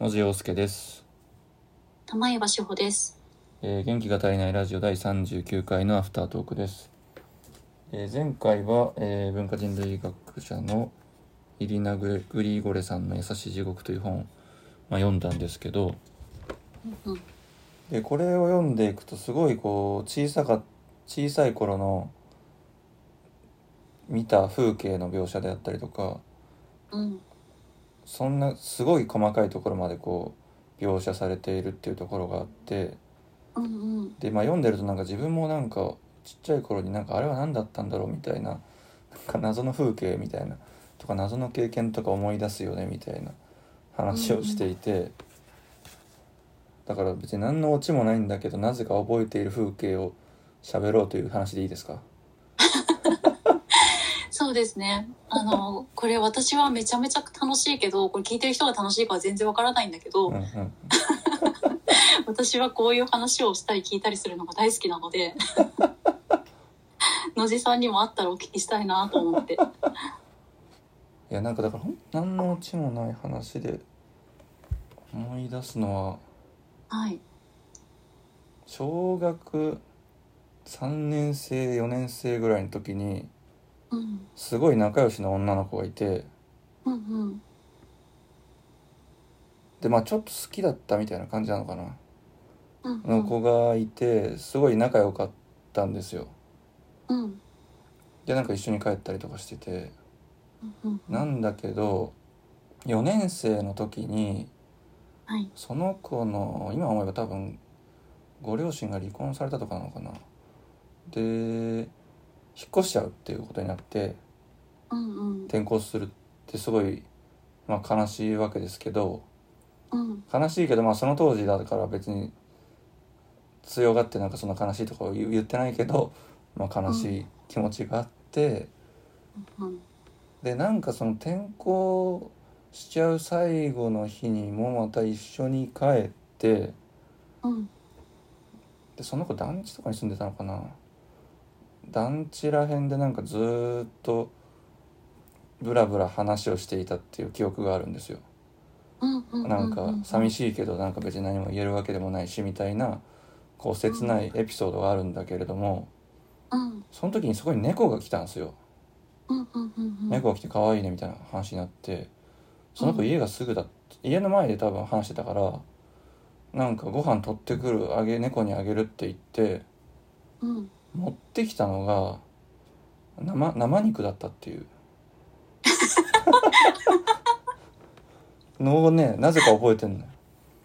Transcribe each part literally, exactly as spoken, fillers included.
野地陽介です。 玉岩志保です。 えー元気が足りないラジオだいさんじゅうきゅうかいのアフタートークです。えー前回は、えー文化人類学者のイリナ・グリーゴレさんの優しい地獄という本を、まあ、読んだんですけど、 うんでこれを読んでいくとすごいこう小さか小さい頃の見た風景の描写であったりとか、 うんそんなすごい細かいところまでこう描写されているっていうところがあって、 うんうんで、まあ、読んでるとなんか自分もなんかちっちゃい頃になんかあれは何だったんだろうみたいな、なんか謎の風景みたいなとか謎の経験とか思い出すよねみたいな話をしていて、だから別に何のオチもないんだけどなぜか覚えている風景を喋ろうという話でいいですか？ そうですね。あのこれ私はめちゃめちゃ楽しいけど、これ聞いてる人が楽しいかは全然わからないんだけど、 うんうん、 私はこういう話をしたり聞いたりするのが大好きなので野地さんにもあったらお聞きしたいなと思って。 いやなんかだからほん何のオチもない話で思い出すのは、 はい。 小学さんねん生よねん生ぐらいの時にうんすごい仲良しの女の子がいて、 うんうんでまあちょっと好きだったみたいな感じなのかな、 うんうのん子がいてすごい仲良かったんですよ。 うんでなんか一緒に帰ったりとかしてて、 うんなんだけどよねん生の時にはいその子の今思えば多分ご両親が離婚されたとかなのかな、で引っ越しちゃうっていうことになってうんうん転校するってすごい、まあ、悲しいわけですけど、 うん悲しいけどまあその当時だから別に強がってなんかそんな悲しいとか言ってないけど、まあ、悲しい気持ちがあって、 うんでなんかその転校しちゃう最後の日にもまた一緒に帰って、 うんでその子団地とかに住んでたのかな、団地らへんでなんかずーっとブラブラ話をしていたっていう記憶があるんですよ。 うんうんなんか寂い。 しいけどなんか別に何も言えるわけでもないしみたいなこう切ないエピソードがあるんだけれども、 うんその時にそこに猫が来たんですよ。 うんうんうん猫が来て可愛いねみたいな話になって、その子家がすぐだ、家の前で多分話してたから、なんかご飯取ってくる、あげ猫にあげるって言ってうん持ってきたのが生生肉だったっていうのをね、なぜか覚えてんのよ。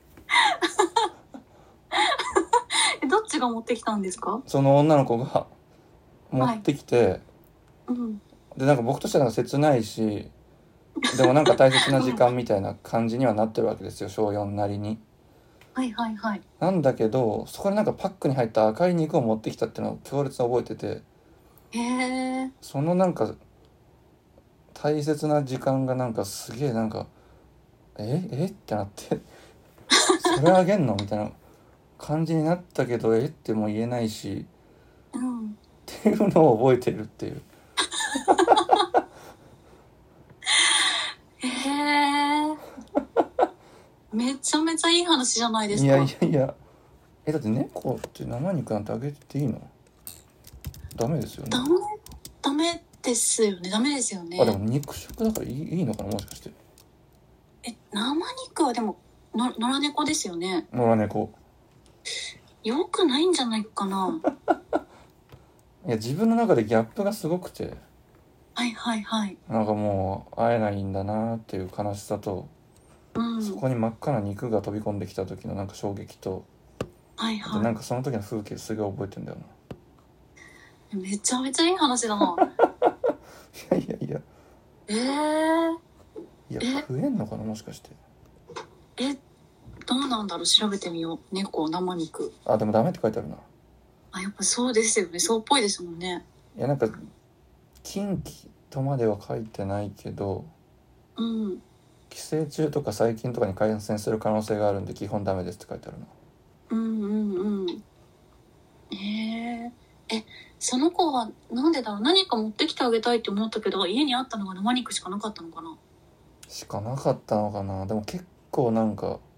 え、どっちが持ってきたんですか？ その女の子が持ってきて、はい、 うんでなんか僕としては切ないし、でもなんか大切な時間みたいな感じにはなってるわけですよ、小よんなりに。 はいはいはい。 なんだけどそこになんかパックに入った赤い肉を持ってきたっていうのを強烈に覚えてて、 へえ。 そのなんか大切な時間がなんかすげえなんかええってなってそれあげんのみたいな感じになったけどえっても言えないしうんっていうのを覚えてるっていう。 へえ。めちゃめちゃいい話じゃないですか。 いやいやいや、えだって猫って生肉なんてあげていいの？ダメですよね。 ダメダメですよね。ダメですよね。 あでも肉食だからいい、いいのかなもしかして。 え、生肉はでもの野良猫ですよね。 野良猫。 よくないんじゃないかな。 いや自分の中でギャップがすごくて、 はいはいはい。 なんかもう会えないんだなっていう悲しさと、 うん。 そこに真っ赤な肉が飛び込んできた時のなんか衝撃と、 はいはい。 でなんかその時の風景すげえ覚えてんだよな。 めちゃめちゃいい話だな。 いやいやいや。 えー、 いやえ食えんのかなもしかして。 え、どうなんだろう、調べてみよう。猫生肉。 あでもダメって書いてあるな。 あ、やっぱそうですよね。そうっぽいですもんね。 いやなんか近畿とまでは書いてないけど、 うん。 寄生虫とか細菌とかに感染する可能性があるんで基本ダメですって書いてあるな。 うんうんうん。えー、え、その子はなんでだろう、何か持ってきてあげたいって思ったけど家にあったのが生肉しかなかったのかな。 しかなかったのかな。でも結構なんか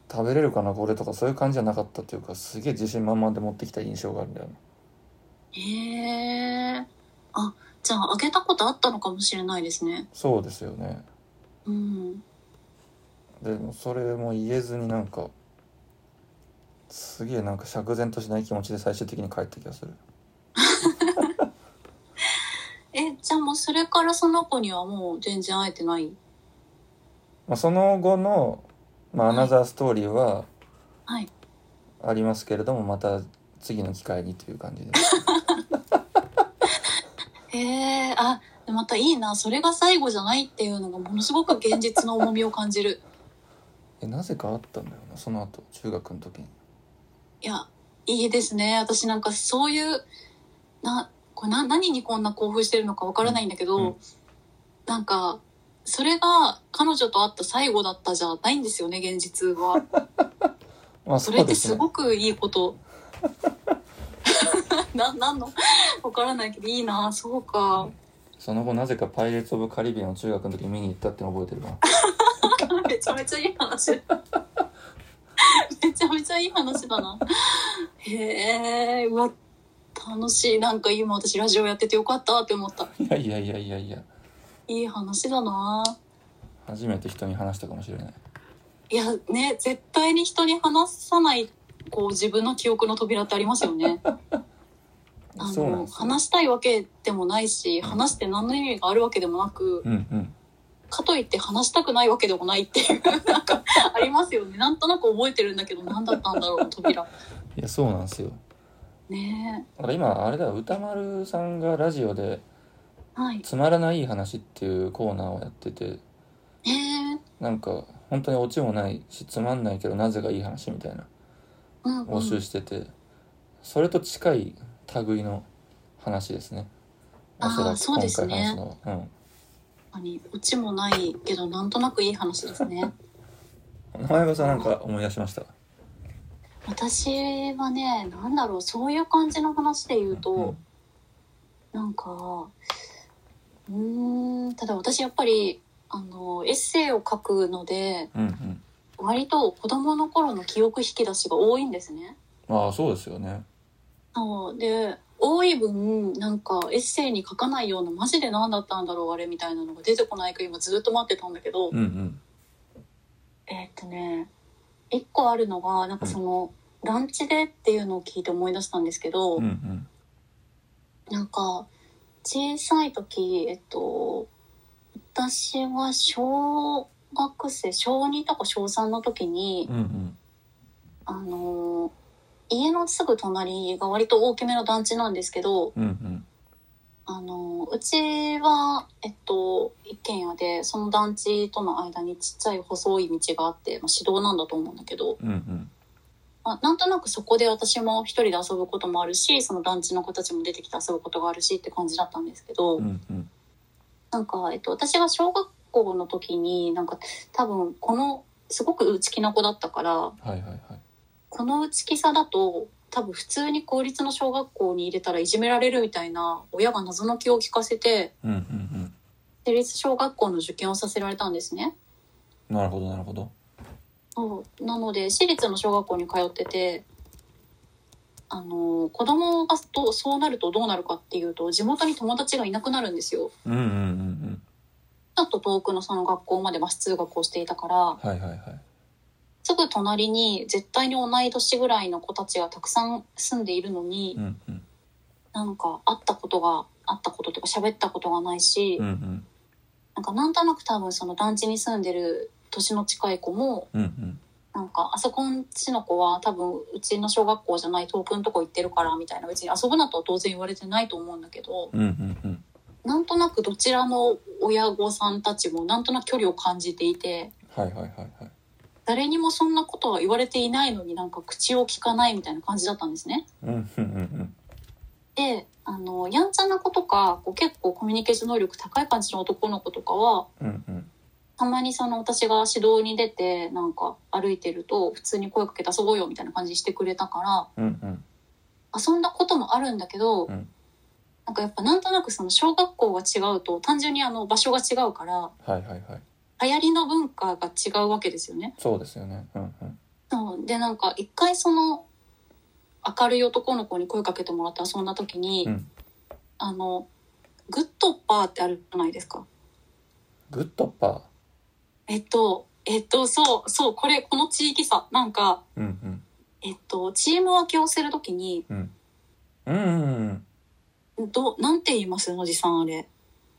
食べれるかなこれとかそういう感じじゃなかったっていうか、すげえ自信満々で持ってきた印象があるんだよな。 へえ。あ、じゃああげたことあったのかもしれないですね。 そうですよね。 うん。 でもそれも言えずになんかすげえなんか釈然としない気持ちで最終的に帰った気がする。 え、じゃあもうそれからその子にはもう全然会えてない？ まあ、その後の、まあ、アナザーストーリーははい。 ありますけれども、また次の機会にという感じです。 へえ。あ、でまたいいな。それが最後じゃないっていうのがものすごく現実の重みを感じる。 え、なぜかあったんだよな、その後中学の時に。 いや、いいですね。私なんかそういうなこれな何にこんな興奮してるのかわからないんだけど、 うんうん、 なんかそれが彼女と会った最後だったじゃないんですよね、現実は。 まあそれってすごくいいこと。ななんのわからないけどいいな。そうか。 その後なぜかパイレーツ・オブ・カリビアンを中学の時に見に行ったっての覚えてるな。 めちゃめちゃいい話。めちゃめちゃいい話だな。へえ、うわ、楽しい。なんか今私ラジオやっててよかったって思った。 いやいやいやいやいや、 いい話だな。 初めて人に話したかもしれない。 いやね、絶対に人に話さないこう自分の記憶の扉ってありますよね。あの話したいわけでもないし、うん、話して何の意味があるわけでもなく、 うんうん、 かといって話したくないわけでもないっていうなんかありますよね。なんとなく覚えてるんだけど何だったんだろう扉。 いやそうなんですよね。 だから今あれだ、歌丸さんがラジオで、 はい、 つまらない話っていうコーナーをやってて、 へー、 なんか本当にオチもないしつまんないけどなぜがいい話みたいな募集してて、うんうん、それと近い類の話ですね。おそらく今回話すのは、うん、 オチもないけどなんとなくいい話ですね。 名前がさ、なんか思い出しました？ 私はね、なんだろう、そういう感じの話で言うと、うんうん、なんかうーんただ私やっぱりあのエッセイを書くので、うんうん、割と子供の頃の記憶引き出しが多いんですね。 ああ、そうですよね。 そうで、多い分なんかエッセイに書かないようなマジで何だったんだろうあれみたいなのが出てこないか今ずっと待ってたんだけど、うんうん、えー、っとね一個あるのがなんかその、うん、ランチでっていうのを聞いて思い出したんですけど、うんうん、なんか小さい時えっと私は小学生小にとか小さんの時に、うんうん、あの家のすぐ隣が割と大きめの団地なんですけど、うんうん、あのうちは、えっと、一軒家でその団地との間にちっちゃい細い道があって、まあ、市道なんだと思うんだけど、うんうん、まあ、なんとなくそこで私も一人で遊ぶこともあるし、その団地の子たちも出てきて遊ぶことがあるしって感じだったんですけど、うんうん、なんか、えっと、私が小学校の時になんか多分このすごく内気な子だったから、はいはいはい、この内気さだと多分普通に公立の小学校に入れたらいじめられるみたいな親が謎の気を利かせて、うんうんうん、私立小学校の受験をさせられたんですね。 なるほどなるほど。 そうなので私立の小学校に通ってて、あの子供がとそうなるとどうなるかっていうと地元に友達がいなくなるんですよ。うんうんうんうん、ちょっと遠くのその学校までバス通学をしていたから、はいはいはい、すぐ隣に絶対に同い年ぐらいの子たちがたくさん住んでいるのに、うんうん、なんか会ったことが会ったこととか喋ったことがないし、うんうん、なんかなんとなく多分その団地に住んでる年の近い子も、うんうん、なんかあそこんちの子は多分うちの小学校じゃない遠くのとこ行ってるからみたいな、別に遊ぶなとは当然言われてないと思うんだけど、うんうんうん、なんとなくどちらの親御さんたちもなんとなく距離を感じていて、はいはいはいはい、誰にもそんなことは言われていないのになんか口を聞かないみたいな感じだったんですね。うんうんうん、で、あのやんちゃな子とかこう結構コミュニケーション能力高い感じの男の子とかは、うんうん、たまにその私が指導に出てなんか歩いてると普通に声かけて遊ぼうよみたいな感じにしてくれたから、うんうん、遊んだこともあるんだけど、うん、なんかやっぱなんとなくその小学校が違うと単純にあの場所が違うから、はいはいはい、流行りの文化が違うわけですよね。 そうですよね、うんうん、 そうでなんか一回その明るい男の子に声かけてもらって遊んだ時に、 うん、 あのグッドパーってあるじゃないですか。 グッドパー。 えっとえっとそうそうこれこの地域差なんか、 うんうんえっとチーム分けをする時に、 うんうんうんうん。 どなんて言いますおじさんあれ。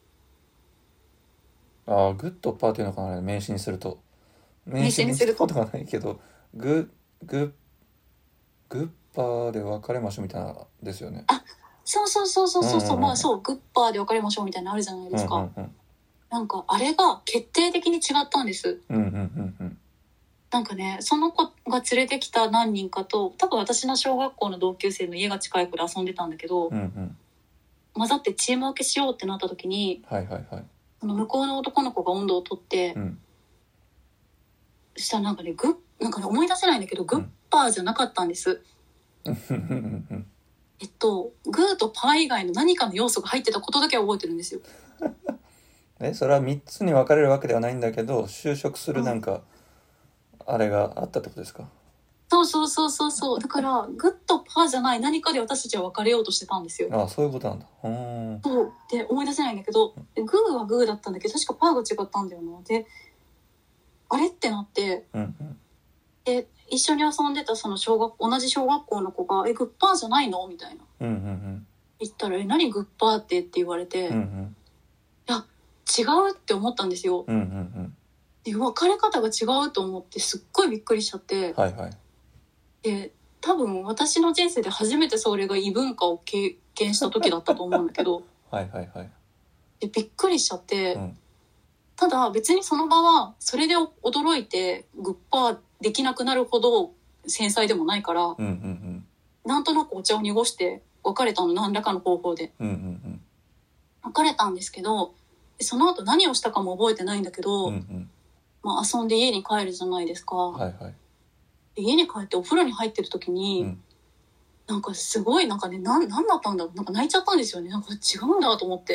ああ、グッドパーっていうのかな、名詞にすると。名名詞に詞にするとしたことがないけど、グググッパーで別れましょうみたいなですよね。 あそうそうそうそうそうそう、 うんうんうんまあそうグッパーで別れましょうみたいなのあるじゃないですか、 うんうんうんなんかあれが決定的に違ったんです。 うんうんうんうんなんかねその子が連れてきた何人かと多分私の小学校の同級生の家が近い子で遊んでたんだけど、 うんうん。 混ざってチーム分けしようってなった時にはいはいはい。 その向こうの男の子が温度を取って、 うん。 そしたらなんかねグッなんかね思い出せないんだけどグッパーじゃなかったんです、 うんうんうんうん。 えっとグーとパー以外の何かの要素が入ってたことだけは覚えてるんですよ。 え、それはみっつに分かれるわけではないんだけど、就職するなんか、あれがあったってことですか？ そうそうそうそうそうだからグッとパーじゃない何かで私たちは別れようとしてたんですよ。 ああ、そういうことなんだ。うーん。 そうで思い出せないんだけどでグーはグーだったんだけど確かパーが違ったんだよな。であれってなってうんうんで一緒に遊んでたその小学同じ小学校の子が「えグッパーじゃないの?」みたいなうんうん言ったら「え何グッパーって?」って言われて、 うんうんいや違うって思ったんですよ。 うんうんうんで別れ方が違うと思ってすっごいびっくりしちゃって、 はいはい。 で多分私の人生で初めてそれが異文化を経験した時だったと思うんだけどはいはいはい。 でびっくりしちゃって、 うん。 ただ別にその場はそれで驚いてグッパーできなくなるほど繊細でもないから、 うんうんうんなんとなくお茶を濁して別れたの、何らかの方法でうんうん別れたんですけど、その後何をしたかも覚えてないんだけど、 うんうんうんまあ、遊んで家に帰るじゃないですか、 はいはい。 で家に帰ってお風呂に入ってる時に、 うんなんかすごいなんかねなんなんだったんだろうなんか泣いちゃったんですよね。なんか違うんだと思って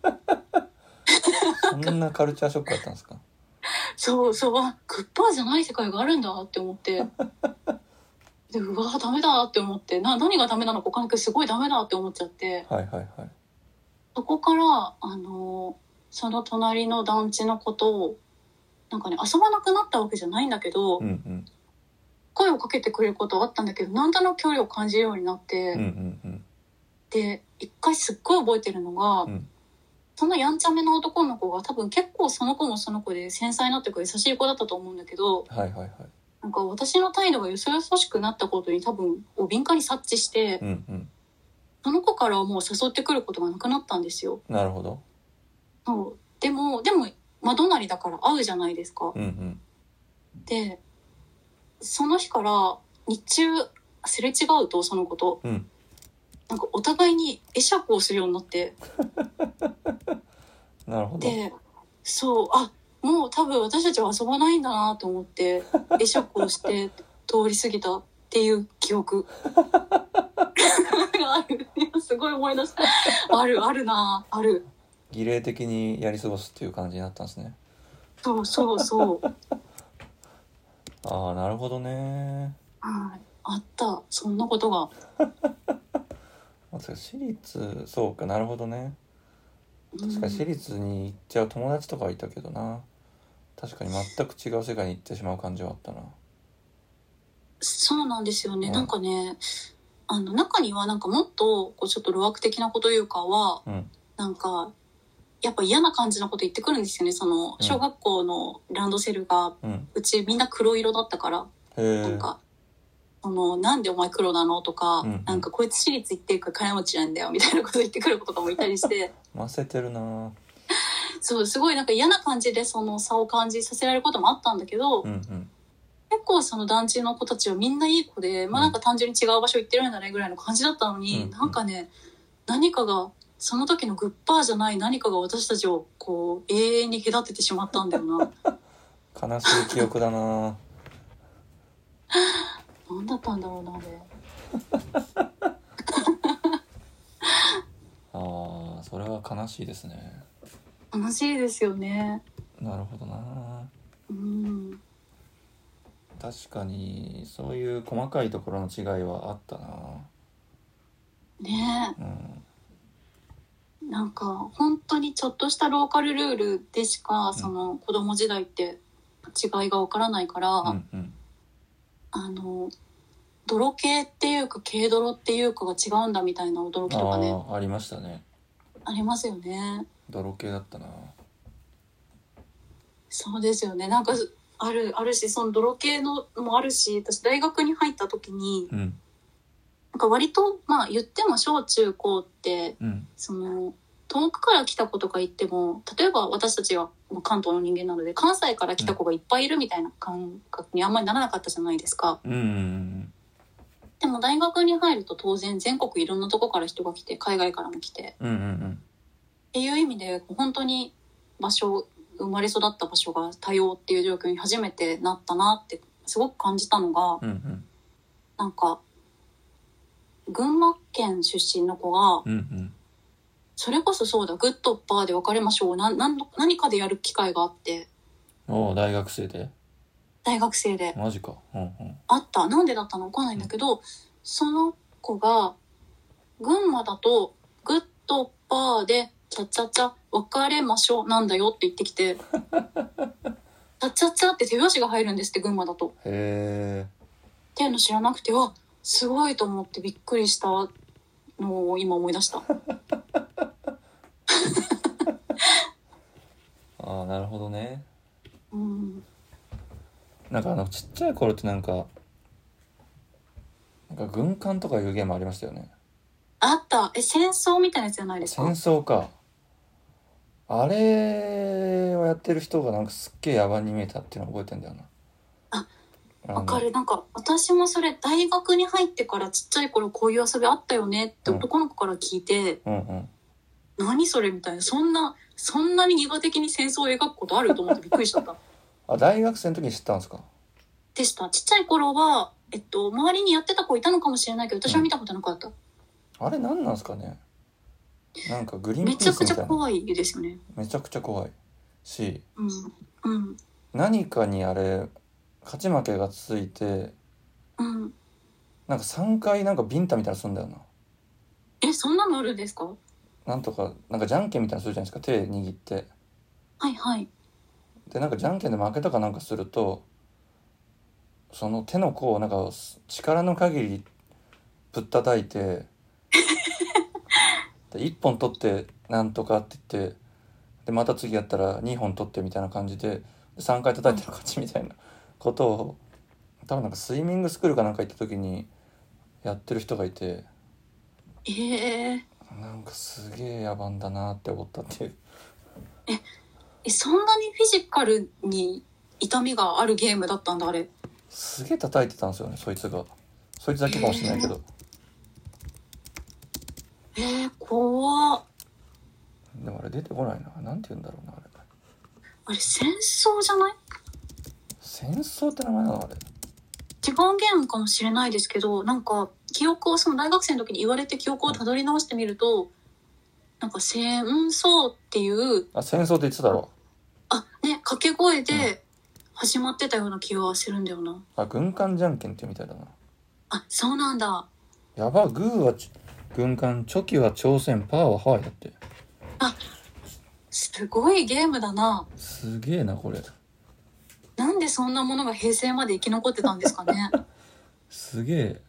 そんなカルチャーショックだったんですか？ そうそうあグッパーじゃない世界があるんだって思ってでうわダメだって思ってな何がダメなのか分かんないけどすごいダメだって思っちゃって、 はいはいはい。 そこからあのその隣の団地の子となんかね遊ばなくなったわけじゃないんだけど、 うんうん声をかけてくれることはあったんだけどなんとなく距離を感じるようになって、 うんうんうんで一回すっごい覚えてるのが、 うんそのやんちゃめの男の子が多分結構その子もその子で繊細なっていうか優しい子だったと思うんだけど、 はいはいはい。 なんか私の態度がよそよそしくなったことに多分お敏感に察知して、 うんうんその子からはもう誘ってくることがなくなったんですよ。 なるほど。 そうでもでも窓なりだから会うじゃないですか、 うんうんでその日から日中すれ違うとその子とうんなんかお互いに会釈をするようになって、 なるほど。 でそうあもう多分私たちは遊ばないんだなと思って会釈をして通り過ぎたっていう記憶がある。いやすごい思い出した。あるあるなある。 儀礼的にやり過ごすっていう感じになったんですね。 そうそうそうああ、なるほどね。 はいあったそんなことが。 まあ私立、そうか、なるほどね。確かに私立に行っちゃう友達とかはいたけどな。確かに全く違う世界に行ってしまう感じはあったな。 そうなんですよね、 うん、 なんかねあの中にはなんかもっとこうちょっと路悪的なこというかは、 うん、 なんかやっぱ嫌な感じのこと言ってくるんですよね。その小学校のランドセルが、 うん、 うちみんな黒色だったから、 へなんかそのなんでお前黒なのとか、 うんうん、 なんかこいつ私立行ってるから金持ちなんだよみたいなこと言ってくる子とかもいたりしてませてるな。 そうすごいなんか嫌な感じでその差を感じさせられることもあったんだけど、 うんうん、 結構その団地の子たちはみんないい子で、まあなんか単純に違う場所行ってるんだねぐらいの感じだったのに、 うんうん、 なんかね何かがその時のグッパーじゃない何かが私たちをこう永遠に隔ててしまったんだよな。 悲しい記憶だな。 何だったんだろうなあれ。 ああ、それは悲しいですね。 悲しいですよね。 なるほどな。 うん確かにそういう細かいところの違いはあったな。 ねえ、 うん、 なんか本当にちょっとしたローカルルールでしか、 うん、 その子供時代って違いがわからないから、 うんうん、 あの泥系っていうか軽泥っていうかが違うんだみたいな驚きとかね、 ああ、ありましたね。 ありますよね。 泥系だったな。 そうですよね。なんかあるあるし、その泥系のもあるし、私大学に入った時に、 うん、 なんか割とまあ言っても小中高って、 うん、 その遠くから来た子とか言っても、例えば私たちは関東の人間なので関西から来た子がいっぱいいるみたいな感覚にあんまりならなかったじゃないですか。 うんうんうんでも大学に入ると当然全国いろんなとこから人が来て、海外からも来て、 うんうんうんっていう意味で本当に場所、生まれ育った場所が多様っていう状況に初めてなったなってすごく感じたのが、 うんうんなんか群馬県出身の子が、 うんうん、 それこそそうだ、グッドバーで別れましょう、な何何かでやる機会があって、 お大学生で大学生でマジか、うんうん、 あった。なんでだったのかわかんないんだけど、うん、その子が群馬だとグッドバーでチャチャチャ別れましょうなんだよって言ってきてチャチャチャって手拍子が入るんですって、群馬だと。 へえ。 っていうの知らなくて、わすごいと思ってびっくりしたのを今思い出した。 ああ、なるほどね。 うん、 なんかあのちっちゃい頃ってなんかなんか軍艦とかいうゲームありましたよね。 あった。え、戦争みたいなやつじゃないですか。 戦争か。あれをやってる人がなんかすっげえ野蛮に見えたっていうのを覚えてんだよな。 あ、わかる。なんか私もそれ大学に入ってからちっちゃい頃こういう遊びあったよねって男の子から聞いて、 うんうん、 何それみたいな、そんなそんなにギガ的に戦争を描くことあると思ってびっくりしちゃった。 あ、大学生の時に知ったんですか。 でした。ちっちゃい頃は、えっと、周りにやってた子いたのかもしれないけど私は見たことなかった、うん、 あれ何なんですかね。なんかグリーンめピースみたいな。 ちゃくちゃ怖いですよね。 めちゃくちゃ怖いし、 うんうん、 何かにあれ勝ち負けがついて、 うん、 なんかさんかいなんかビンタみたいなのするんだよな。 え、そんなのあるんですか。 なんとかなんかじゃんけんみたいなのするじゃないですか、手握って。 はいはい。 でなんかじゃんけんで負けたかなんかすると、その手の甲をなんか力の限りぶったたいてでいっぽん取ってなんとかって言って、でまた次やったらにほん取ってみたいな感じでさんかい叩いての勝ちみたいなことを、多分なんかスイミングスクールかなんか行った時にやってる人がいて、 えー、 なんかすげえ野蛮だなって思ったっていう。 ええ、そんなにフィジカルに痛みがあるゲームだったんだあれ。 すげえ叩いてたんですよね、そいつが。そいつだけかもしれないけど。 えー、えー、怖っ。 でもあれ出てこないな。なんて言うんだろうな、あれ。 あれ戦争じゃない？ 戦争って名前なのあれ。 違うゲームかもしれないですけど、なんか記憶をその大学生の時に言われて記憶をたどり直してみると、なんか戦争っていう、 あ、戦争って言ってただろ。 あ、ね、掛け声で始まってたような気がするんだよな。 あ、軍艦じゃんけんってみたいだな。 あ、そうなんだ。 やば、グーは軍艦、チョキは朝鮮、パーはハワイだって。 あ、すごいゲームだな。 すげえなこれ。 なんでそんなものが平成まで生き残ってたんですかね。 すげえ。へ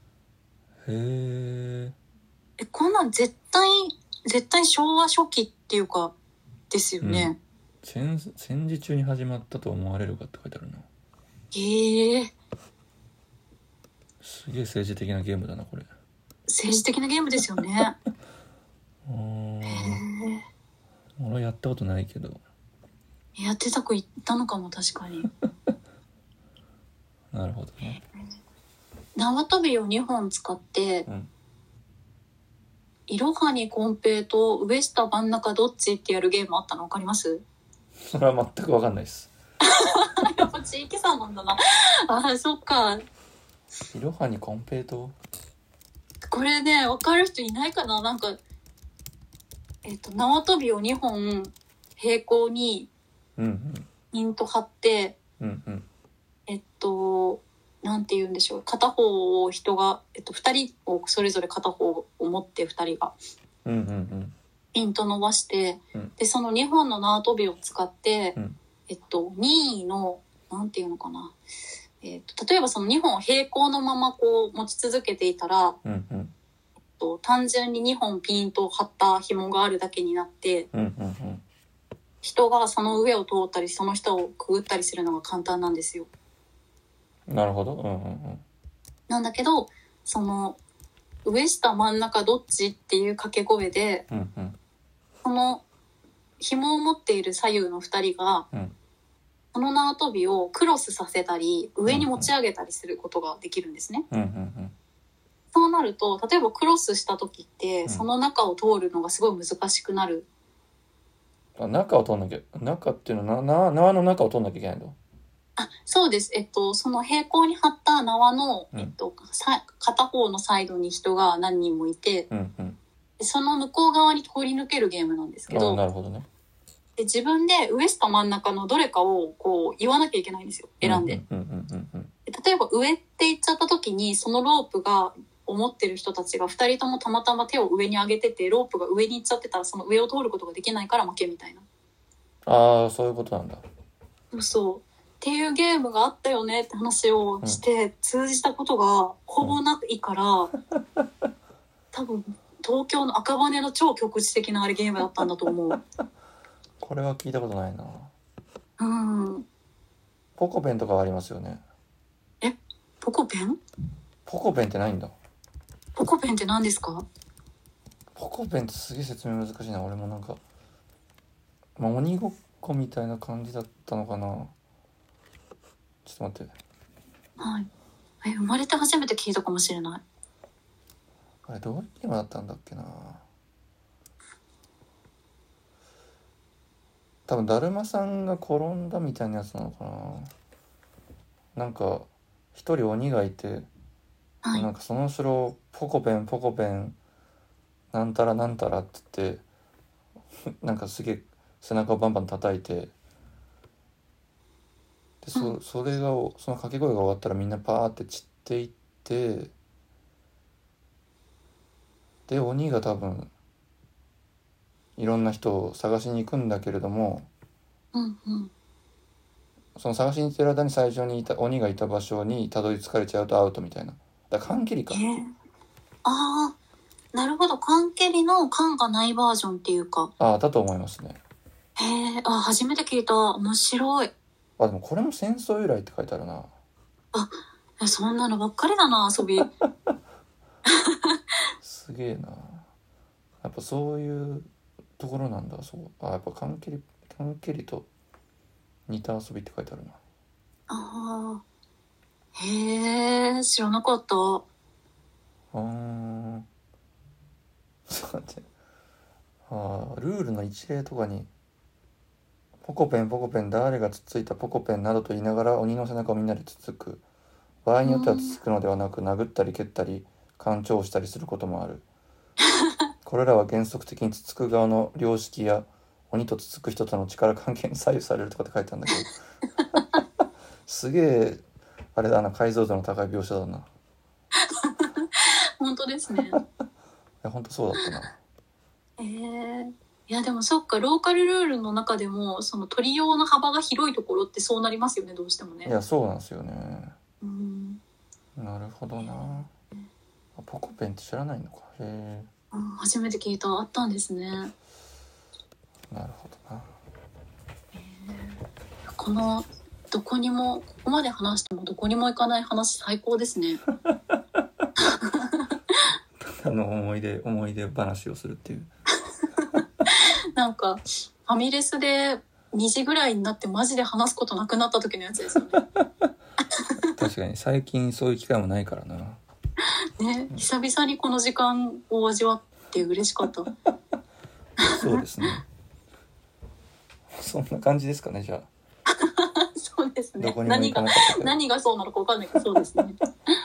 え。 え、こんなん絶対絶対昭和初期っていうかですよね。 うん、戦, 戦時中に始まったと思われるかって書いてあるな。 へえ。 すげえ政治的なゲームだなこれ。 政治的なゲームですよね。 あー、 へえ。 俺はやったことないけど。 やってた子いたのかも、確かに。 なるほどね。 縄跳びをにほん使って、 うん、 いろはにコンペイと上下真ん中どっちってやるゲームあったの分かります？ それは全く分かんないです。 やっぱ地域差なんだな。あ、そっか。 いろはにコンペイト。 これね、分かる人いないかな。なんかえっと縄跳びをにほん平行にうんうんピンと張って、 うんうん、 えっとなんて言うんでしょう、片方を人が、えっと、ふたりをそれぞれ片方を持ってふたりがうんうんうんピンと伸ばして、 うん、 でそのにほんの縄跳びを使って、 うんえっと、任意のなんていうのかな、えっと、例えばそのにほんを平行のままこう持ち続けていたら、 うんうんえっと、単純ににほんピンと張った紐があるだけになって、 うんうんうん、 人がその上を通ったりその下をくぐったりするのが簡単なんですよ。 なるほど、うんうんうん、 なんだけどその上下真ん中どっちっていう掛け声で、 うんうん、 その紐を持っている左右のふたりが、 うん、 その縄跳びをクロスさせたり上に持ち上げたりすることができるんですね、 うんうんうん、 そうなると例えばクロスした時って、 うん、 その中を通るのがすごい難しくなる。 あ、中を通んなきゃ、中っていうのはな縄の中を通んなきゃいけないの？ あ、そうです。えっとその平行に張った縄の、 うん、 えっと、さ片方のサイドに人が何人もいて、 うんうん、 でその向こう側に通り抜けるゲームなんですけど、 あ、なるほどね。 で自分で上下真ん中のどれかをこう言わなきゃいけないんですよ、選んで。 うんうんうんうん、 で例えば上って言っちゃった時にそのロープが思ってる人たちがふたりともたまたま手を上に上げててロープが上に行っちゃってたらその上を通ることができないから負けみたいな。 ああ、そういうことなんだ。 そうそうっていうゲームがあったよねって話をして通じたことがほぼないから、うん、多分東京の赤羽の超局地的なあれゲームだったんだと思う。 これは聞いたことないな。 うん。 ポコペンとかありますよね。 え、ポコペン？ ポコペンってないんだ。 ポコペンって何ですか？ ポコペンってすげえ説明難しいな。俺もなんか、まあ、鬼ごっこみたいな感じだったのかな。ちょっと待って。 はい。え、生まれて初めて聞いたかもしれない。 あれどういうゲームだったんだっけな。多分だるまさんが転んだみたいなやつなのかな。なんか一人鬼がいて、 はい、 なんかその後ろポコペンポコペンなんたらなんたらって言ってなんかすげえ背中をバンバン叩いて、で そ,、うん、それがその掛け声が終わったらみんなパーって散っていって、で鬼が多分いろんな人を探しに行くんだけれども、 うんうん、 その探しに行ってる間に最初にいた鬼がいた場所にたどり着かれちゃうとアウトみたいな。だから缶切りか。 えー、ああ、なるほど。缶蹴りの缶がないバージョンっていうか。 ああ、だと思いますね。 へえ、あ、初めて聞いた。面白い。 あ、でもこれも戦争由来って書いてあるな。 あ、そんなのばっかりだな、遊び。 すげえな。やっぱそういうところなんだ。そう。あ、やっぱ缶蹴り、缶蹴りと似た遊びって書いてあるな。 ああ、へえ、知らなかった。あー、ちょっと待って。あー、ルールの一例とかにポコペンポコペン誰がつっついたポコペンなどと言いながら鬼の背中をみんなでつつく。場合によってはつつくのではなく殴ったり蹴ったり干潮したりすることもある。これらは原則的につつく側の良識や鬼とつつく人との力関係に左右されるとかって書いてあるんだけどすげえあれだな、解像度の高い描写だな。 本当ですね。 いや本当そうだったな。 えー、いやでもそっか、ローカルルールの中でもその取り用の幅が広いところってそうなりますよね、どうしてもね。 いやそうなんですよね。 うん、 なるほどな。ポコペンって知らないのか。へえ、 うん、初めて聞いた。あったんですね。 なるほどな。 このどこにも、ここまで話してもどこにも行かない話最高ですね。 あの思い出思い出話をするっていうなんかファミレスでにじぐらいになってマジで話すことなくなった時のやつですよね。 確かに最近そういう機会もないからな。 ね、久々にこの時間を味わって嬉しかった。 そうですね。そんな感じですかね、じゃあ。 そうですね。 どこにも行かなかったけど。 何が、何がそうなのか分かんないけど、そうですね。